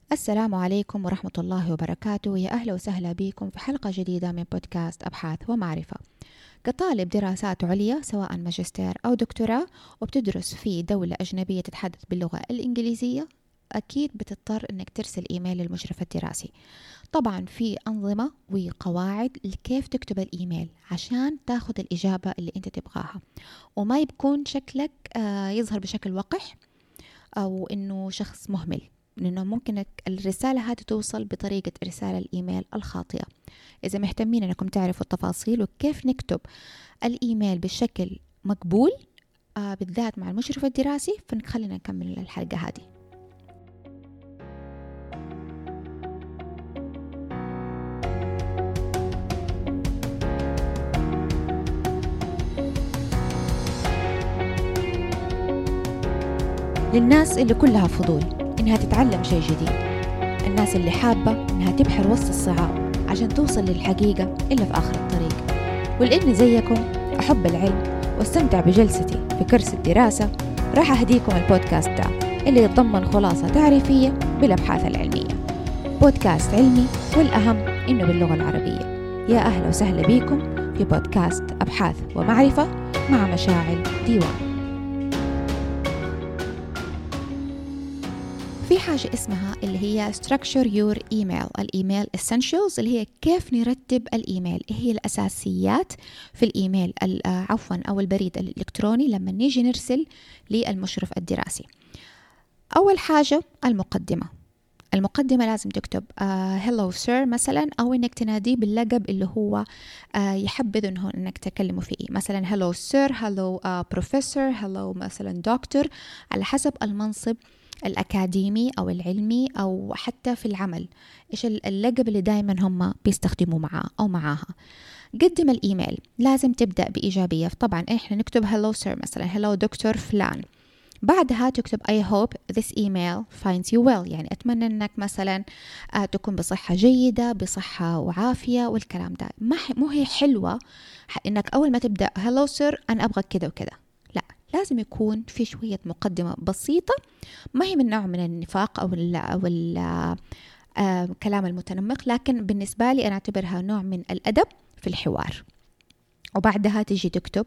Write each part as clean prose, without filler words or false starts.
السلام عليكم ورحمة الله وبركاته. يا أهلا وسهلا بكم في حلقة جديدة من بودكاست أبحاث ومعرفة. كطالب دراسات عليا سواء ماجستير أو دكتوراه وبتدرس في دولة أجنبية تتحدث باللغة الإنجليزية، أكيد بتضطر أنك ترسل إيميل للمشرف الدراسي. طبعا في أنظمة وقواعد لكيف تكتب الإيميل عشان تاخذ الإجابة اللي أنت تبغاها، وما يكون شكلك يظهر بشكل وقح أو أنه شخص مهمل، لأنه ممكن الرسالة هذه توصل بطريقة إرسال الإيميل الخاطئة. إذا مهتمين أنكم تعرفوا التفاصيل وكيف نكتب الإيميل بشكل مقبول بالذات مع المشرف الدراسي، فنخلينا نكمل الحلقة هذه. للناس اللي كلها فضول إنها تتعلم شيء جديد، الناس اللي حابة إنها تبحر وسط الصعاب عشان توصل للحقيقة إلا في آخر الطريق، ولأني زيكم أحب العلم واستمتع بجلستي في كرسي الدراسة، راح أهديكم البودكاست ده اللي يتضمن خلاصة تعريفية بالأبحاث العلمية. بودكاست علمي، والأهم إنه باللغة العربية. يا أهلا وسهلا بكم في بودكاست أبحاث ومعرفة مع مشاعل ديوان. في حاجة اسمها اللي هي Structure Your Email، الإيميل Essentials، اللي هي كيف نرتب الإيميل، هي الأساسيات في الإيميل أو البريد الإلكتروني لما نيجي نرسل للمشرف الدراسي. أول حاجة المقدمة لازم تكتب Hello Sir مثلا، أو إنك تناديه باللقب اللي هو يحبذ إنك تكلمه فيه، مثلا Hello Sir، Hello Professor، Hello مثلا Doctor، على حسب المنصب الأكاديمي أو العلمي أو حتى في العمل، إيش اللقب اللي دايما هم بيستخدموا معاه أو معاها. قدم الإيميل لازم تبدأ بإيجابية، طبعا إحنا نكتب hello sir مثلا، hello دكتور فلان، بعدها تكتب I hope this email finds you well، يعني أتمنى أنك مثلا تكون بصحة جيدة، بصحة وعافية والكلام ده. مو هي حلوة إنك أول ما تبدأ hello sir أنا أبغى كده وكده، لا، لازم يكون في شوية مقدمة بسيطة، ما هي من نوع من النفاق أو كلام المتنمق، لكن بالنسبة لي أنا أعتبرها نوع من الأدب في الحوار. وبعدها تيجي تكتب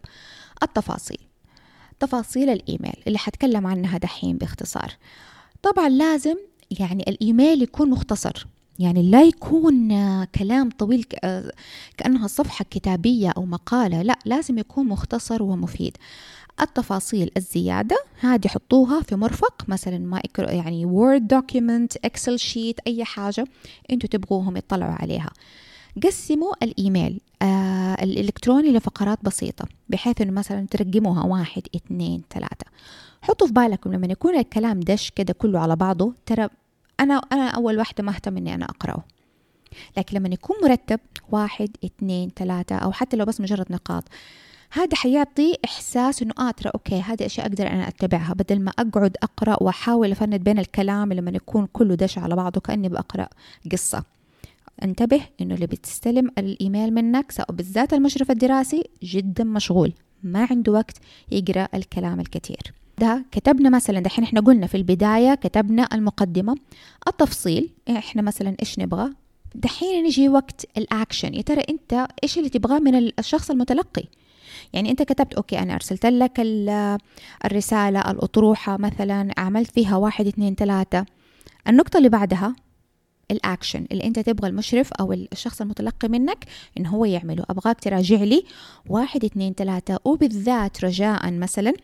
تفاصيل الإيميل اللي حتكلم عنها دحين باختصار. طبعا لازم يعني الإيميل يكون مختصر، يعني لا يكون كلام طويل كأنها صفحة كتابية أو مقالة، لا، لازم يكون مختصر ومفيد. التفاصيل الزيادة هذه حطوها في مرفق، مثلا يعني Word document، Excel sheet، أي حاجة أنتوا تبغوهم يطلعوا عليها. قسموا الإيميل الإلكتروني لفقرات بسيطة، بحيث أنه مثلا ترقموها 1 2 3. حطوا في بالكم لما يكون الكلام دش كده كله على بعضه، ترى أنا أول واحدة ما أهتم أني أنا أقرأه، لكن لما يكون مرتب 1 2 3 أو حتى لو بس مجرد نقاط، هذا حيعطي إحساس إنه ترى أوكي، هذه أشياء أقدر أنا أتبعها، بدل ما أقعد أقرأ وأحاول أفند بين الكلام لما يكون كله دش على بعضه كأني بقرأ قصة. انتبه إنه اللي بتستلم الإيميل منك سواء بالذات المشرف الدراسي جدا مشغول، ما عنده وقت يقرأ الكلام الكثير ده. كتبنا مثلا دحين إحنا قلنا في البداية كتبنا المقدمة، التفصيل إحنا مثلا إيش نبغى، دحين نجي وقت الأكشن. يا ترى أنت إيش اللي تبغاه من الشخص المتلقي؟ يعني أنت كتبت أوكي، أنا أرسلت لك الرسالة الأطروحة مثلا، عملت فيها 1 2 3. النقطة اللي بعدها الأكشن اللي أنت تبغى المشرف أو الشخص المتلقي منك إن هو يعمله. أبغاك تراجع لي 1 2 3، وبالذات رجاء مثلا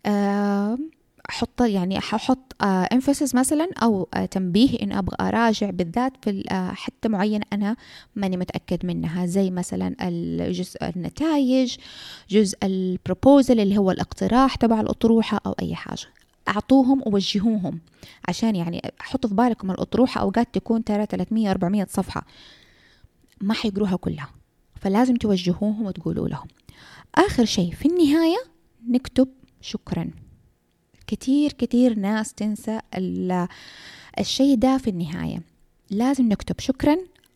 حط emphasis مثلا أو تنبيه إن أبغى أراجع بالذات في حتى معين أنا ماني متأكد منها، زي مثلا الجزء النتائج، جزء البروبوزل اللي هو الاقتراح تبع الأطروحة أو أي حاجة. أعطوهم ووجهوهم، عشان يعني حطوا في بالكم الأطروحة أوقات تكون 300-400 صفحة، ما حيقروها كلها، فلازم توجهوهم وتقولوا لهم. آخر شيء في النهاية نكتب شكرا. كتير ناس تنسى الشيء ده في النهاية، لازم نكتب شكرا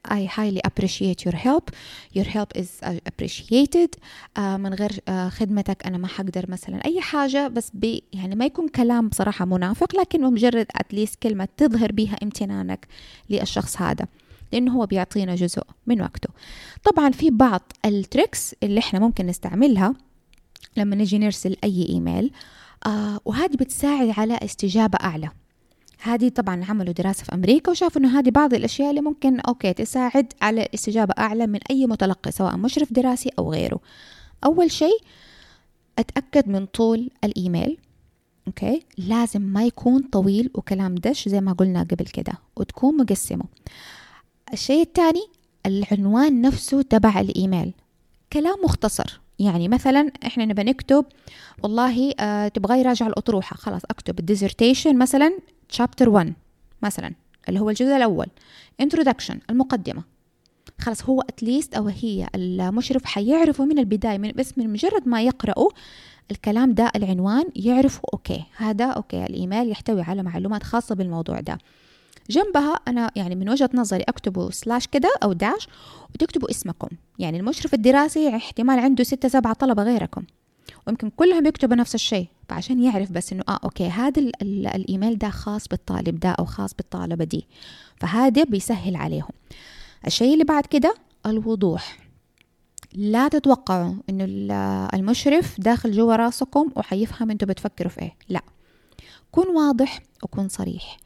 I highly appreciate your help. Your help is appreciated. من غير خدمتك أنا ما حقدر مثلا أي حاجة، بس يعني ما يكون كلام بصراحة منافق، لكن مجرد at least كلمة تظهر بها امتنانك للشخص هذا، لأنه هو بيعطينا جزء من وقته. طبعا في بعض التريكس اللي احنا ممكن نستعملها لما نجي نرسل أي إيميل، وهذه بتساعد على استجابة أعلى. هذه طبعا عملوا دراسة في أمريكا وشافوا أنه هذه بعض الأشياء اللي ممكن تساعد على استجابة أعلى من أي متلقي سواء مشرف دراسي أو غيره. أول شيء أتأكد من طول الإيميل. لازم ما يكون طويل وكلام دش زي ما قلنا قبل كده، وتكون مقسمه. الشيء الثاني العنوان نفسه تبع الإيميل كلام مختصر. يعني مثلا احنا نبى نكتب والله تبغى يراجع الأطروحة، خلاص أكتب dissertation مثلا chapter 1 مثلا اللي هو الجزء الأول introduction المقدمة. خلاص هو at least أو هي المشرف حيعرفوا من البداية بس من مجرد ما يقرأوا الكلام ده العنوان يعرفوا هذا الإيميل يحتوي على معلومات خاصة بالموضوع ده. جنبها أنا يعني من وجهة نظري أكتبوا سلاش كده أو داش وتكتبوا اسمكم. يعني المشرف الدراسي احتمال عنده 6-7 طلبة غيركم، ويمكن كلهم يكتبوا نفس الشيء، فعشان يعرف بس إنه هذا الإيميل ده خاص بالطالب ده أو خاص بالطالبة دي، فهذا بيسهل عليهم. الشيء اللي بعد كده الوضوح. لا تتوقعوا إنه المشرف داخل جوا راسكم وحيفهم أنتوا بتفكروا في إيه. لا، كون واضح وكون صريح.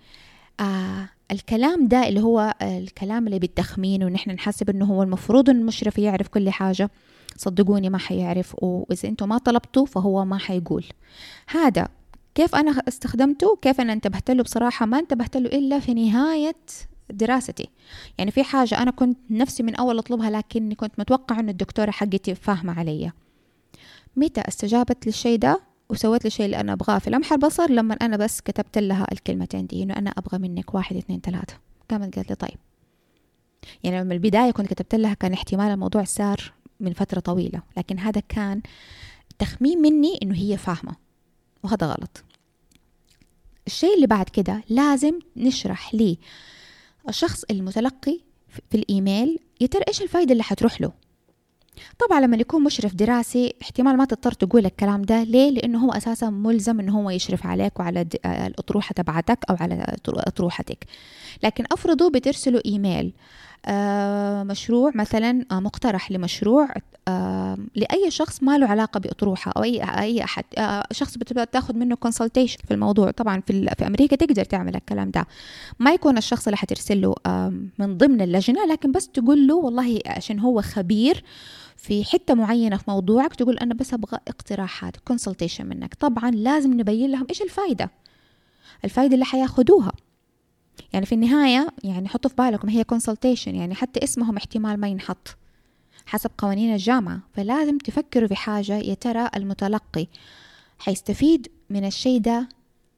الكلام ده اللي هو الكلام اللي بالتخمين ونحن نحسب انه هو المفروض ان المشرف يعرف كل حاجة، صدقوني ما حيعرف، وإذا انتوا ما طلبتوا فهو ما حيقول. هذا كيف انا استخدمته، كيف انا انتبهت له؟ بصراحة ما انتبهت له الا في نهاية دراستي. يعني في حاجة انا كنت نفسي من اول اطلبها لكني كنت متوقع ان الدكتورة حقتي فاهمة عليا. متى استجابت للشيء ده وسويت لي الشيء اللي أنا أبغاه في لمح البصر؟ لما أنا بس كتبت لها الكلمتين دي إنه أنا أبغى منك 1 2 3. قامت قالت لي طيب. يعني من البداية كنت كتبت لها كان احتمال الموضوع صار من فترة طويلة، لكن هذا كان تخمين مني إنه هي فاهمة، وهذا غلط. الشيء اللي بعد كده لازم نشرح لي الشخص المتلقي في الإيميل يا ترى إيش الفايدة اللي حتروح له. طبعا لما يكون مشرف دراسي احتمال ما تضطر تقول الكلام ده. ليه؟ لأنه هو أساسا ملزم أنه هو يشرف عليك وعلى الأطروحة تبعتك أو على أطروحتك. لكن أفرضوا بترسلوا إيميل مشروع مثلا، مقترح لمشروع لأي شخص ما له علاقة بأطروحة أو أي أحد، شخص بتاخد منه consultation في الموضوع. طبعا في أمريكا تقدر تعمل الكلام ده، ما يكون الشخص اللي حترسله من ضمن اللجنة، لكن بس تقول له والله عشان هو خبير في حتة معينة في موضوعك، تقول أنا بس أبغى اقتراحات consultation منك. طبعا لازم نبين لهم إيش الفايدة اللي حياخدوها. يعني في النهاية يعني حطوا في بالكم هي consultation، يعني حتى اسمهم احتمال ما ينحط حسب قوانين الجامعة. فلازم تفكروا في حاجة، يا ترى المتلقي حيستفيد من الشيء ده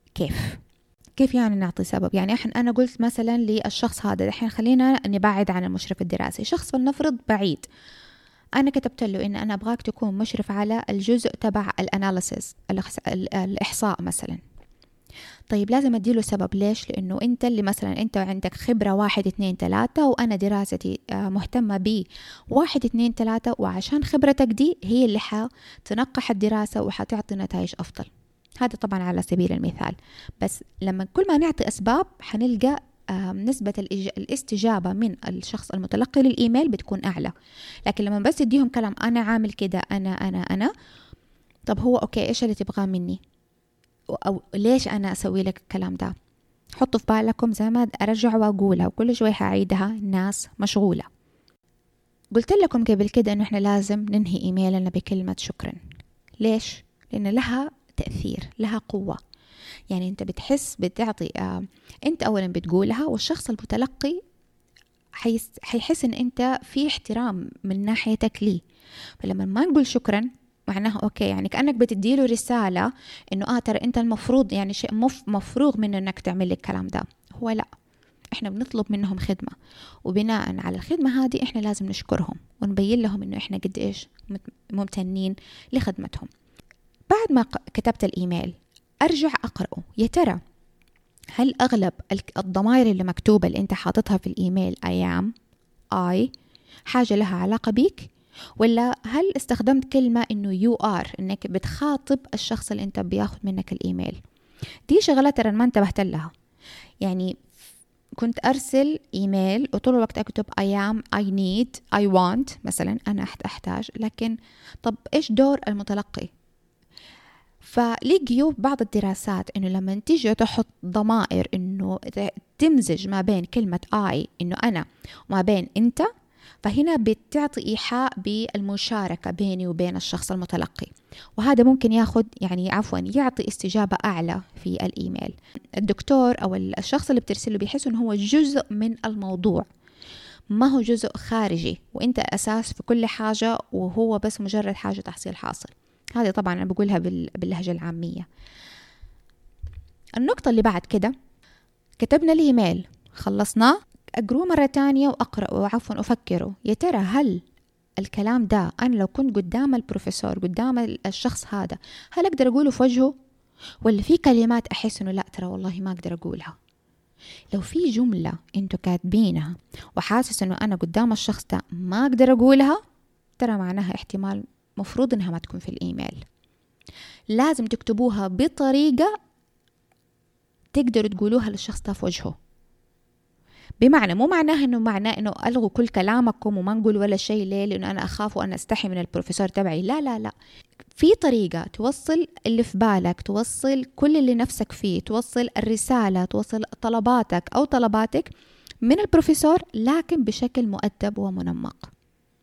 كيف يعني نعطي سبب. يعني أنا قلت مثلا للشخص هذا الحين خلينا نبعد عن المشرف الدراسي، شخص فلنفرض بعيد، أنا كتبت له إن أنا أبغاك تكون مشرف على الجزء تبع الأناليسيس الإحصاء مثلا. طيب لازم أديله سبب. ليش؟ لأنه أنت اللي مثلا أنت عندك خبرة 1 2 3 وأنا دراستي مهتمة ب 1 2 3، وعشان خبرتك دي هي اللي حتنقح الدراسة وحتعطي نتائج أفضل. هذا طبعا على سبيل المثال، بس لما كل ما نعطي أسباب حنلقى نسبة الاستجابة من الشخص المتلقي للإيميل بتكون أعلى. لكن لما بس يديهم كلام أنا عامل كده أنا طب هو أوكي إيش اللي تبغاه مني أو ليش أنا أسوي لك الكلام ده؟ حطوا في بالكم زي ما أرجع وأقولها وكل شوي هعيدها، الناس مشغولة. قلت لكم قبل كده أنه إحنا لازم ننهي إيميلنا بكلمة شكرا. ليش؟ لأن لها تأثير، لها قوة. يعني أنت بتحس بتعطي أنت أولا بتقولها، والشخص المتلقي حيحس أن أنت في احترام من ناحيتك ليه. فلما ما نقول شكرا معناها أوكي يعني كأنك بتديله رسالة إنه ترى أنت المفروض يعني شيء مفروغ منه إنك تعمل لك الكلام ده. هو لا، إحنا بنطلب منهم خدمة، وبناء على الخدمة هذه إحنا لازم نشكرهم ونبين لهم إنه إحنا قد إيش ممتنين لخدمتهم. بعد ما كتبت الإيميل أرجع أقرأه، يا ترى هل أغلب الضمائر اللي مكتوبة اللي أنت حاططها في الإيميل أيام I حاجة لها علاقة بيك، ولا هل استخدمت كلمة إنه you are، إنك بتخاطب الشخص اللي أنت بياخد منك الإيميل. دي شغلات ترى ما انتبهت لها. يعني كنت أرسل إيميل وطول الوقت أكتب I am, I need, I want مثلا، أنا أحتاج، لكن طب إيش دور المتلقي؟ فلقيوا بعض الدراسات إنه لما تيجي تحط ضمائر، إنه تمزج ما بين كلمة I إنه أنا وما بين أنت، فهنا بتعطي إيحاء بالمشاركة بيني وبين الشخص المتلقي، وهذا ممكن يعطي استجابة أعلى في الإيميل. الدكتور أو الشخص اللي بترسله بيحس إنه هو جزء من الموضوع، ما هو جزء خارجي، وإنت أساس في كل حاجة وهو بس مجرد حاجة تحصيل حاصل. هذه طبعا أنا بقولها باللهجة العامية. النقطة اللي بعد كده، كتبنا الإيميل، خلصناه، أقرأه مرة تانية أفكره، يا ترى هل الكلام ده أنا لو كنت قدام البروفيسور، قدام الشخص هذا، هل أقدر أقوله في وجهه، ولا في كلمات أحس إنه لا ترى والله ما أقدر أقولها. لو في جملة أنتوا كاتبينها وحاسس إنه أنا قدام الشخص ده ما أقدر أقولها، ترى معناها احتمال مفروض إنها ما تكون في الإيميل. لازم تكتبوها بطريقة تقدروا تقولوها للشخص ده في وجهه. بمعنى مو معناه إنه ألغوا كل كلامكم وما نقول ولا شيء. ليه؟ لأنه أنا أخاف وأنا أستحي من البروفيسور تبعي. لا لا لا، في طريقة توصل اللي في بالك، توصل كل اللي نفسك فيه، توصل الرسالة، توصل طلباتك أو طلباتك من البروفيسور، لكن بشكل مؤدب ومنمق.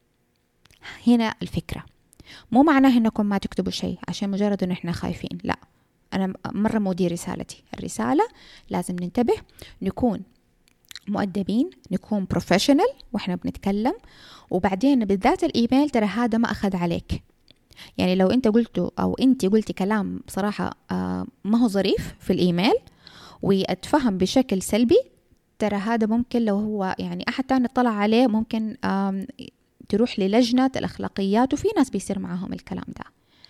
هنا الفكرة. مو معناه إنكم ما تكتبوا شيء عشان مجرد إنه إحنا خايفين. لا، أنا مرة مو دي رسالتي. الرسالة لازم ننتبه، نكون مؤدبين، نكون بروفيشنال وإحنا بنتكلم. وبعدين بالذات الإيميل، ترى هذا ما أخذ عليك. يعني لو أنت قلته أو أنت قلتي كلام بصراحة ما هو ظريف في الإيميل وأتفهم بشكل سلبي، ترى هذا ممكن لو هو يعني أحد تاني اطلع عليه ممكن تروح للجنة الأخلاقيات، وفي ناس بيصير معاهم الكلام ده.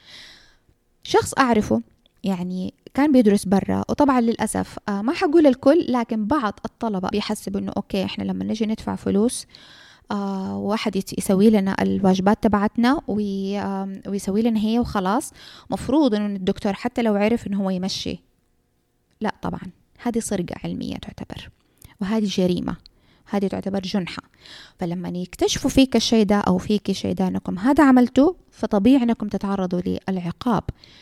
شخص أعرفه يعني كان بيدرس برا، وطبعا للأسف ما حقول الكل، لكن بعض الطلبة بيحسبوا إنه أوكي إحنا لما نجي ندفع فلوس واحد يسوي لنا الواجبات تبعتنا ويسوي لنا هي وخلاص، مفروض إنه الدكتور حتى لو عرف إنه هو يمشي. لا طبعا، هذه سرقة علمية تعتبر، وهذه جريمة، هذه تعتبر جنحة. فلما يكتشفوا فيك الشيء ده أو فيك الشيء ده أنكم هذا عملتوا، فطبيعي أنكم تتعرضوا للعقاب.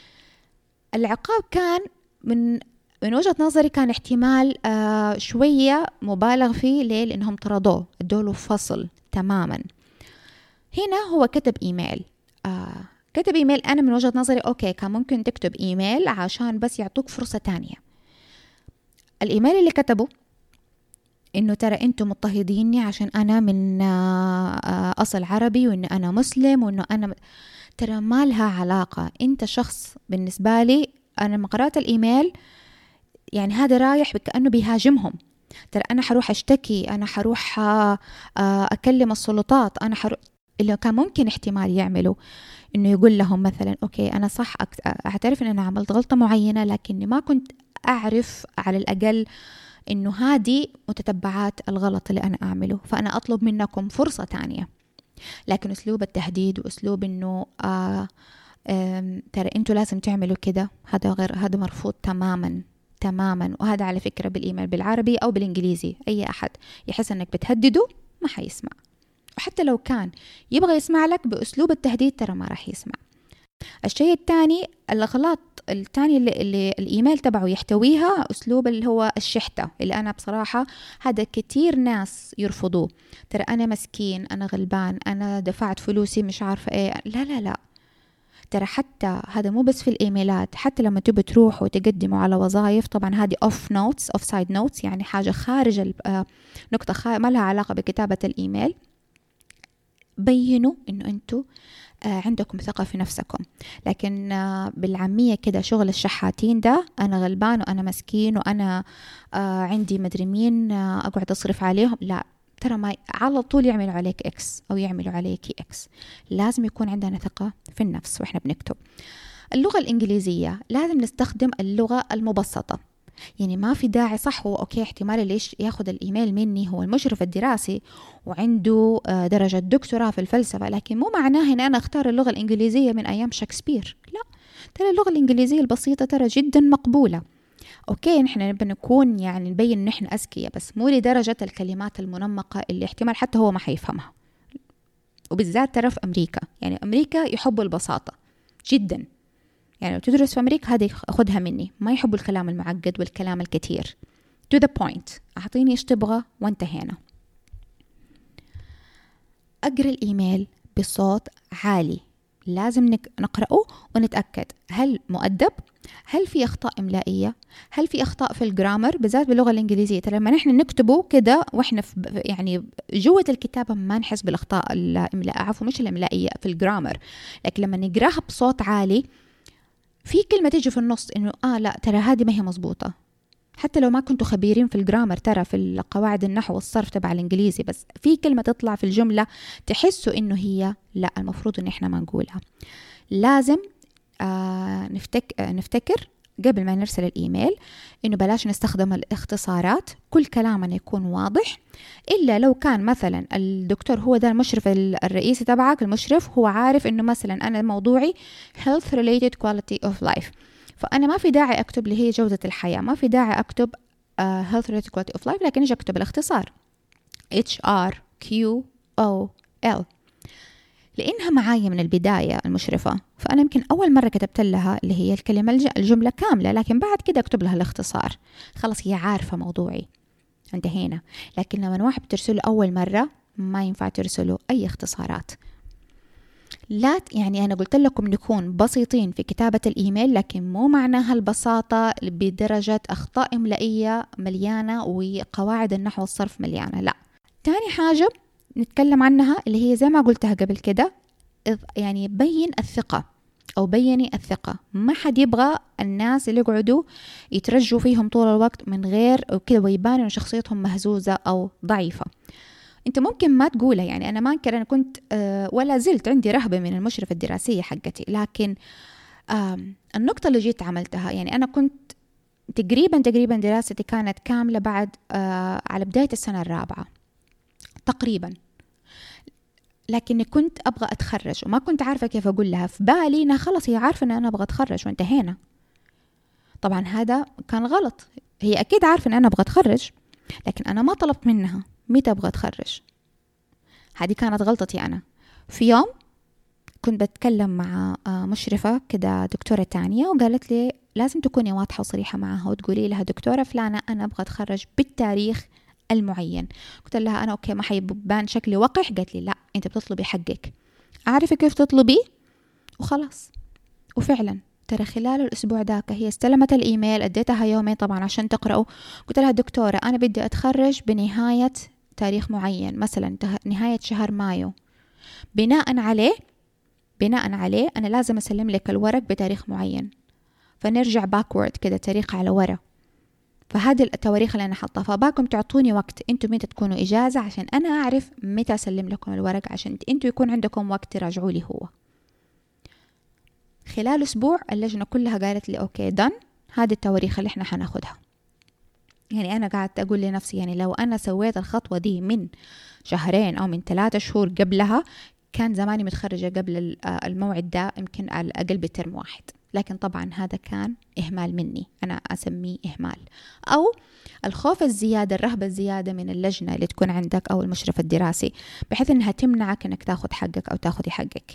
العقاب كان من وجهة نظري كان احتمال شوية مبالغ فيه. ليه؟ لأنهم طردوه، ادوله فصل تماما. هنا هو كتب إيميل، كتب إيميل. أنا من وجهة نظري أوكي، كان ممكن تكتب إيميل عشان بس يعطوك فرصة تانية. الإيميل اللي كتبه إنه ترى أنتم مضطهديني عشان أنا من أصل عربي، وإنه أنا مسلم، وإنه أنا ترى ما لها علاقة. أنت شخص بالنسبة لي، أنا لما قرأت الإيميل يعني هذا رايح كأنه بيهاجمهم. ترى أنا حروح أشتكي، أنا حروح أكلم السلطات، أنا اللي كان ممكن احتمال يعمله إنه يقول لهم مثلا أوكي أنا صح أعترف إن أنا عملت غلطة معينة، لكني ما كنت أعرف على الأقل إنه هذه متتبعات الغلط اللي أنا أعمله، فأنا أطلب منكم فرصة تانية. لكن أسلوب التهديد وأسلوب إنه ترى أنتوا لازم تعملوا كده، هذا مرفوض تماما تماما. وهذا على فكرة بالإيميل بالعربي أو بالإنجليزي، أي أحد يحس أنك بتهدده ما حيسمع، وحتى لو كان يبغى يسمع لك بأسلوب التهديد ترى ما راح يسمع. الشيء الثاني، الغلط الثاني اللي الإيميل تبعه يحتويها، أسلوب اللي هو الشحتة، اللي أنا بصراحة هذا كتير ناس يرفضوه. ترى أنا مسكين، أنا غلبان، أنا دفعت فلوسي مش عارفة إيه. لا لا لا، ترى حتى هذا مو بس في الإيميلات، حتى لما تبوا تروحوا وتقدموا على وظائف، طبعا هذه off side notes، يعني حاجة خارج نقطة ما لها علاقة بكتابة الإيميل. بينوا إنه أنتوا عندكم ثقة في نفسكم. لكن بالعامية كده شغل الشحاتين ده، أنا غلبان وأنا مسكين وأنا عندي مدري مين أقعد أصرف عليهم، لا، ترى ما على طول يعملوا عليك إكس أو يعملوا عليك إكس. لازم يكون عندنا ثقة في النفس وإحنا بنكتب. اللغة الإنجليزية لازم نستخدم اللغة المبسطة. يعني ما في داعي. صح هو أوكي احتمال ليش ياخد الإيميل مني هو المشرف الدراسي وعنده درجة دكتوراه في الفلسفة، لكن مو معناه إن أنا أختار اللغة الإنجليزية من أيام شكسبير. لا، ترى اللغة الإنجليزية البسيطة ترى جدا مقبولة. أوكي نحن نبي نكون يعني نبين إن نحن أذكياء، بس مو لدرجة الكلمات المنمقة اللي احتمال حتى هو ما حيفهمها. وبالذات ترى في أمريكا، يعني أمريكا يحبوا البساطة جدا. يعني لو تدرس في أمريكا هذه خدها مني، ما يحبوا الكلام المعقد والكلام الكثير. to the point، أعطيني إيش تبغى وانتهينا. أقرأ الإيميل بصوت عالي، لازم نقرأه ونتأكد هل مؤدب، هل في أخطاء إملائية، هل في أخطاء في الجرامر، بالذات باللغة الإنجليزية. لما نحن نكتبه كده وإحنا يعني جوة الكتابة ما نحس بالأخطاء الإملاء، عفوا مش الإملائية، في الجرامر. لكن لما نقراها بصوت عالي في كلمة تيجي في النص إنه لا ترى هذه ما هي مزبوطة، حتى لو ما كنتوا خبيرين في الجرامر ترى في القواعد النحو والصرف تبع الإنجليزي، بس في كلمة تطلع في الجملة تحسوا إنه هي لا المفروض إن إحنا ما نقولها. لازم نفتكر قبل ما نرسل الإيميل إنه بلاش نستخدم الاختصارات، كل كلامنا يكون واضح. إلا لو كان مثلا الدكتور هو ده المشرف الرئيسي تبعك، المشرف هو عارف إنه مثلا أنا موضوعي health related quality of life، فأنا ما في داعي أكتب اللي هي جودة الحياة، ما في داعي أكتب health related quality of life، لكن إيش أكتب الاختصار HRQOL، لأنها معايا من البداية المشرفة. فأنا يمكن أول مرة كتبت لها اللي هي الكلمة الجملة كاملة، لكن بعد كده أكتب لها الاختصار، خلاص هي عارفة موضوعي، انتهينا. لكن لما واحد بترسله أول مرة ما ينفع ترسله أي اختصارات. لا يعني أنا قلت لكم نكون بسيطين في كتابة الإيميل، لكن مو معناها البساطة بدرجة أخطاء إملائية مليانة وقواعد النحو والصرف مليانة، لا. تاني حاجة نتكلم عنها اللي هي زي ما قلتها قبل كده، يعني بين الثقة أو بيني الثقة. ما حد يبغى الناس اللي يقعدوا يترجوا فيهم طول الوقت من غير وكذا ويبان إنه شخصيتهم مهزوزة أو ضعيفة. أنت ممكن ما تقولها، يعني أنا ما أنكر أنا كنت ولا زلت عندي رهبة من المشرفة الدراسية حقتي، لكن النقطة اللي جيت عملتها، يعني أنا كنت تقريبا دراستي كانت كاملة بعد على بداية السنة الرابعة تقريبا، لكن كنت أبغى أتخرج وما كنت عارفة كيف أقول لها. في بالي إنها خلص هي عارفة أن أنا أبغى أتخرج وانتهينا. طبعا هذا كان غلط، هي أكيد عارفة أن أنا أبغى أتخرج، لكن أنا ما طلبت منها متى أبغى أتخرج. هذه كانت غلطتي أنا. في يوم كنت بتكلم مع مشرفة كده دكتورة تانية، وقالت لي لازم تكوني واضحة وصريحة معها وتقولي لها دكتورة فلانة أنا أبغى أتخرج بالتاريخ المعين. قلت لها أنا أوكي ما حيبان شكلي وقح. قالت لي لا أنت بتطلبي حقك، أعرفي كيف تطلبي وخلاص. وفعلا ترى خلال الأسبوع ذاك هي استلمت الإيميل، أديتها يومين طبعا عشان تقرأه. قلت لها دكتورة أنا بدي أتخرج بنهاية تاريخ معين، مثلا نهاية شهر مايو، بناء عليه أنا لازم أسلم لك الورق بتاريخ معين، فنرجع باكورد كده تاريخ على ورا. فهذه التواريخ اللي أنا حطها، فباكم تعطوني وقت أنتم متى تكونوا إجازة عشان أنا أعرف متى أسلم لكم الورق، عشان أنتم يكون عندكم وقت تراجعوا لي هو. خلال أسبوع اللجنة كلها قالت لي أوكي دن، هذه التواريخ اللي إحنا حناخدها. يعني أنا قاعدة أقول لنفسي يعني لو أنا سويت الخطوة دي من شهرين أو من 3 شهور قبلها كان زماني متخرجة قبل الموعد ده، يمكن على الأقل بترم واحد. لكن طبعا هذا كان إهمال مني، أنا أسميه إهمال، أو الخوف الزيادة، الرهبة الزيادة من اللجنة اللي تكون عندك أو المشرف الدراسي، بحيث أنها تمنعك أنك تاخد حقك أو تاخدي حقك.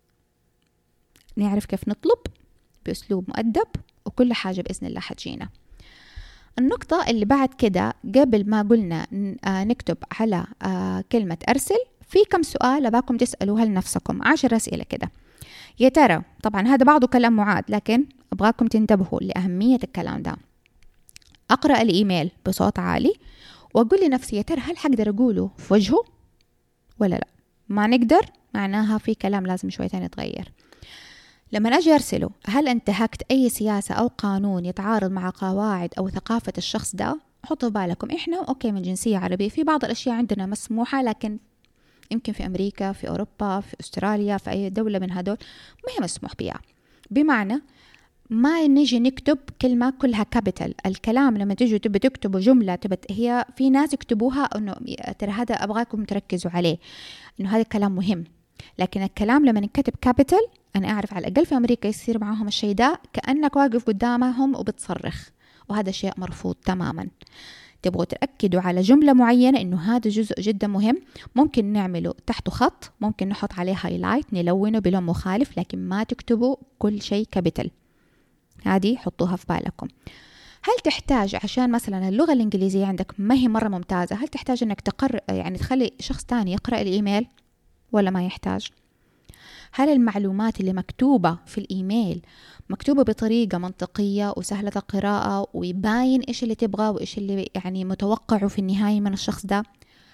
نعرف كيف نطلب بأسلوب مؤدب وكل حاجة بإذن الله حتجينا. النقطة اللي بعد كده قبل ما قلنا نكتب على كلمة أرسل، في كم سؤال أباكم تسألوها لنفسكم، 10 أسئلة كده. يا ترى طبعا هذا بعضه كلام معاد، لكن أبغاكم تنتبهوا لأهمية الكلام ده. أقرأ الإيميل بصوت عالي وأقول لنفسي يا ترى هل حقدر أقوله في وجهه ولا لا؟ ما نقدر معناها في كلام لازم شويتين يتغير. لما أجي أرسله، هل انتهكت أي سياسة أو قانون يتعارض مع قواعد أو ثقافة الشخص ده؟ حطوا بالكم إحنا أوكي من جنسية عربية، في بعض الأشياء عندنا مسموحة، لكن يمكن في أمريكا، في أوروبا، في أستراليا، في أي دولة من هدول ما هي مسموح بها. بمعنى ما نيجي نكتب كلمة كلها كابيتال. الكلام لما تيجوا تبي تكتبوا جملة هي في ناس يكتبوها إنه ترى هذا أبغاكم تركزوا عليه إنه هذا الكلام مهم، لكن الكلام لما نكتب كابيتال أنا أعرف على الأقل في أمريكا يصير معهم الشيء ده كأنك واقف قدامهم وبتصرخ، وهذا شيء مرفوض تماما. تبغوا تأكدوا على جملة معينة إنه هذا جزء جدا مهم، ممكن نعمله تحته خط، ممكن نحط عليه هايلايت نلونه بلون مخالف، لكن ما تكتبوا كل شيء كابيتال. هذه حطوها في بالكم. هل تحتاج عشان مثلا اللغة الإنجليزية عندك ما هي مرة ممتازة، هل تحتاج إنك يعني تخلي شخص تاني يقرأ الإيميل ولا ما يحتاج؟ هل المعلومات اللي مكتوبة في الإيميل مكتوبة بطريقة منطقية وسهلة القراءة ويباين إيش اللي تبغى وإيش اللي يعني متوقعه في النهاية من الشخص ده؟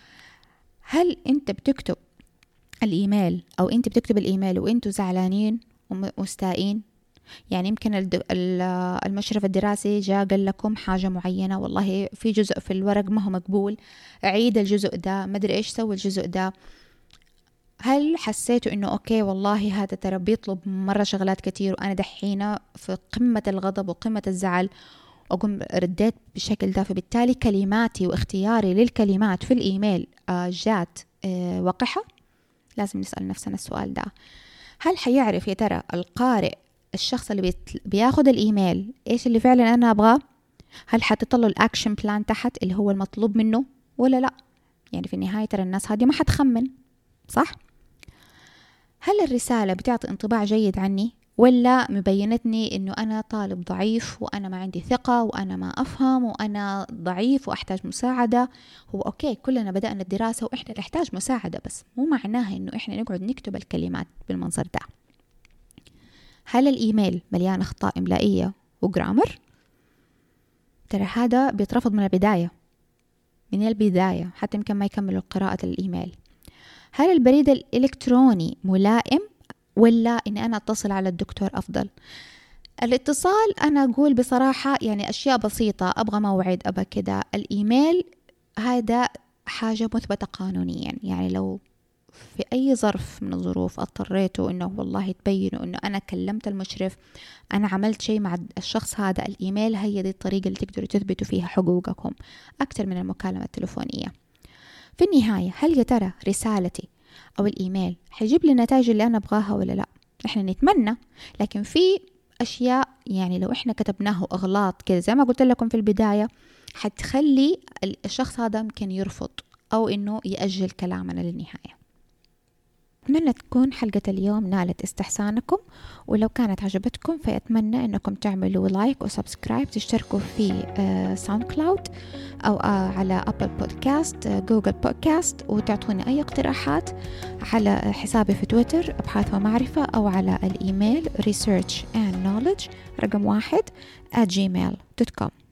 هل أنت بتكتب الإيميل أو أنت بتكتب الإيميل وأنتوا زعلانين ومستائين؟ يعني يمكن المشرف الدراسي جاء قال لكم حاجة معينة، والله في جزء في الورق ما هو مقبول، عيد الجزء ده، ما أدري إيش سوي الجزء ده. هل حسيتوا إنه أوكي والله هذا ترى بيطلب مرة شغلات كتير وأنا دحينة في قمة الغضب وقمة الزعل وأقوم رديت بالشكل ده، فبالتالي كلماتي واختياري للكلمات في الإيميل جات وقحة؟ لازم نسأل نفسنا السؤال ده. هل حيعرف يا ترى القارئ الشخص اللي بياخد الإيميل إيش اللي فعلا أنا أبغاه؟ هل حتطلع الأكشن بلان تحت اللي هو المطلوب منه ولا لا؟ يعني في النهاية ترى الناس هذه ما حتخمن، صح؟ هل الرسالة بتعطي انطباع جيد عني ولا مبينتني إنه أنا طالب ضعيف وأنا ما عندي ثقة وأنا ما أفهم وأنا ضعيف وأحتاج مساعدة؟ هو أوكي كلنا بدأنا الدراسة وإحنا نحتاج مساعدة، بس مو معناها إنه إحنا نقعد نكتب الكلمات بالمنظر ده. هل الإيميل مليان أخطاء إملائية وجرامر؟ ترى هذا بيترفض من البداية حتى يمكن ما يكملوا قراءة الإيميل. هل البريد الإلكتروني ملائم ولا إني أنا أتصل على الدكتور أفضل؟ الاتصال أنا أقول بصراحة يعني أشياء بسيطة، أبغى موعد أبغى كده. الإيميل هذا حاجة مثبتة قانونيا، يعني لو في أي ظرف من الظروف اضطريتوا إنه والله تبينوا إنه أنا كلمت المشرف، أنا عملت شيء مع الشخص هذا، الإيميل هي دي الطريقة اللي تقدروا تثبتوا فيها حقوقكم أكثر من المكالمة التلفونية. في النهاية هل يا ترى رسالتي أو الإيميل حيجيب لي النتائج اللي أنا أبغاها ولا لا؟ إحنا نتمنى، لكن في أشياء يعني لو إحنا كتبناه أغلاط كده زي ما قلت لكم في البداية حتخلي الشخص هذا ممكن يرفض أو إنه يأجل كلامنا للنهاية. أتمنى تكون حلقة اليوم نالت استحسانكم، ولو كانت عجبتكم فأتمنى أنكم تعملوا لايك وسبسكرايب، تشتركوا في ساوند كلاود أو على أبل بودكاست، جوجل بودكاست، وتعطوني أي اقتراحات على حسابي في تويتر أبحاث ومعرفة أو على الإيميل researchandknowledge 1 @gmail.com.